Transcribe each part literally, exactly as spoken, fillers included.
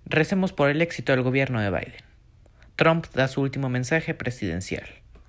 Recemos por el éxito del gobierno de Biden. Trump da su último mensaje presidencial.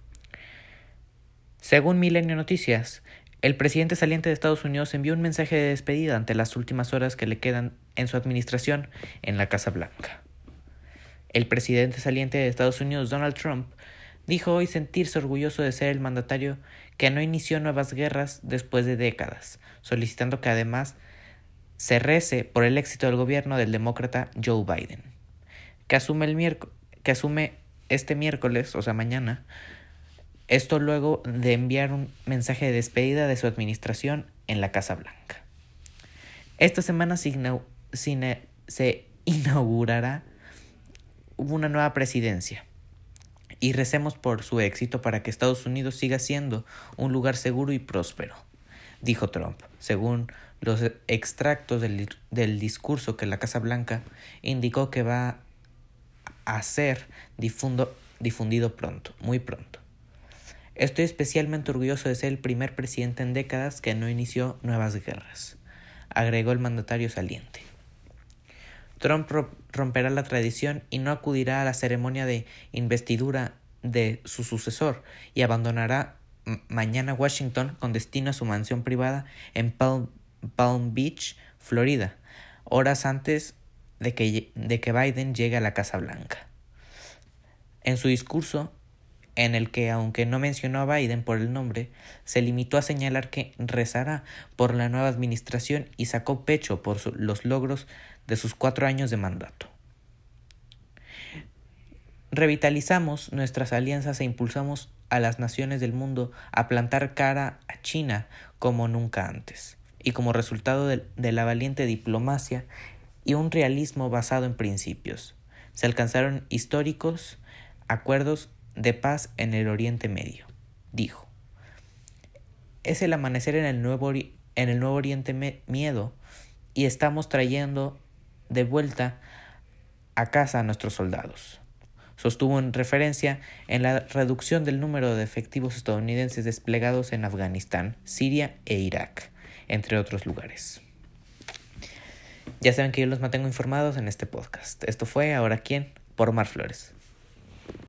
Según Milenio Noticias, el presidente saliente de Estados Unidos envió un mensaje de despedida ante las últimas horas que le quedan en su administración en la Casa Blanca. El presidente saliente de Estados Unidos, Donald Trump, dijo hoy sentirse orgulloso de ser el mandatario que no inició nuevas guerras después de décadas, solicitando que además se rece por el éxito del gobierno del demócrata Joe Biden, que asume, el miérc- que asume este miércoles, o sea mañana, esto luego de enviar un mensaje de despedida de su administración en la Casa Blanca. Esta semana se, inau- se, se inaugurará una nueva presidencia y recemos por su éxito para que Estados Unidos siga siendo un lugar seguro y próspero, dijo Trump, según los extractos del, del discurso que la Casa Blanca indicó que va a ser difundo, difundido pronto, muy pronto. Estoy especialmente orgulloso de ser el primer presidente en décadas que no inició nuevas guerras, agregó el mandatario saliente. Trump romperá la tradición y no acudirá a la ceremonia de investidura de su sucesor y abandonará m- mañana Washington con destino a su mansión privada en Palm, Palm Beach, Florida, horas antes de que, de que Biden llegue a la Casa Blanca. En su discurso, en el que, aunque no mencionó a Biden por el nombre, se limitó a señalar que rezará por la nueva administración y sacó pecho por su, los logros de sus cuatro años de mandato. Revitalizamos nuestras alianzas e impulsamos a las naciones del mundo a plantar cara a China como nunca antes, y como resultado de, de la valiente diplomacia y un realismo basado en principios, se alcanzaron históricos acuerdos de paz en el Oriente Medio, dijo. Es el amanecer en el nuevo, en el nuevo Oriente me- Miedo y estamos trayendo de vuelta a casa a nuestros soldados. Sostuvo en referencia en la reducción del número de efectivos estadounidenses desplegados en Afganistán, Siria e Irak, entre otros lugares. Ya saben que yo los mantengo informados en este podcast. Esto fue Ahora Quién, por Omar Flores.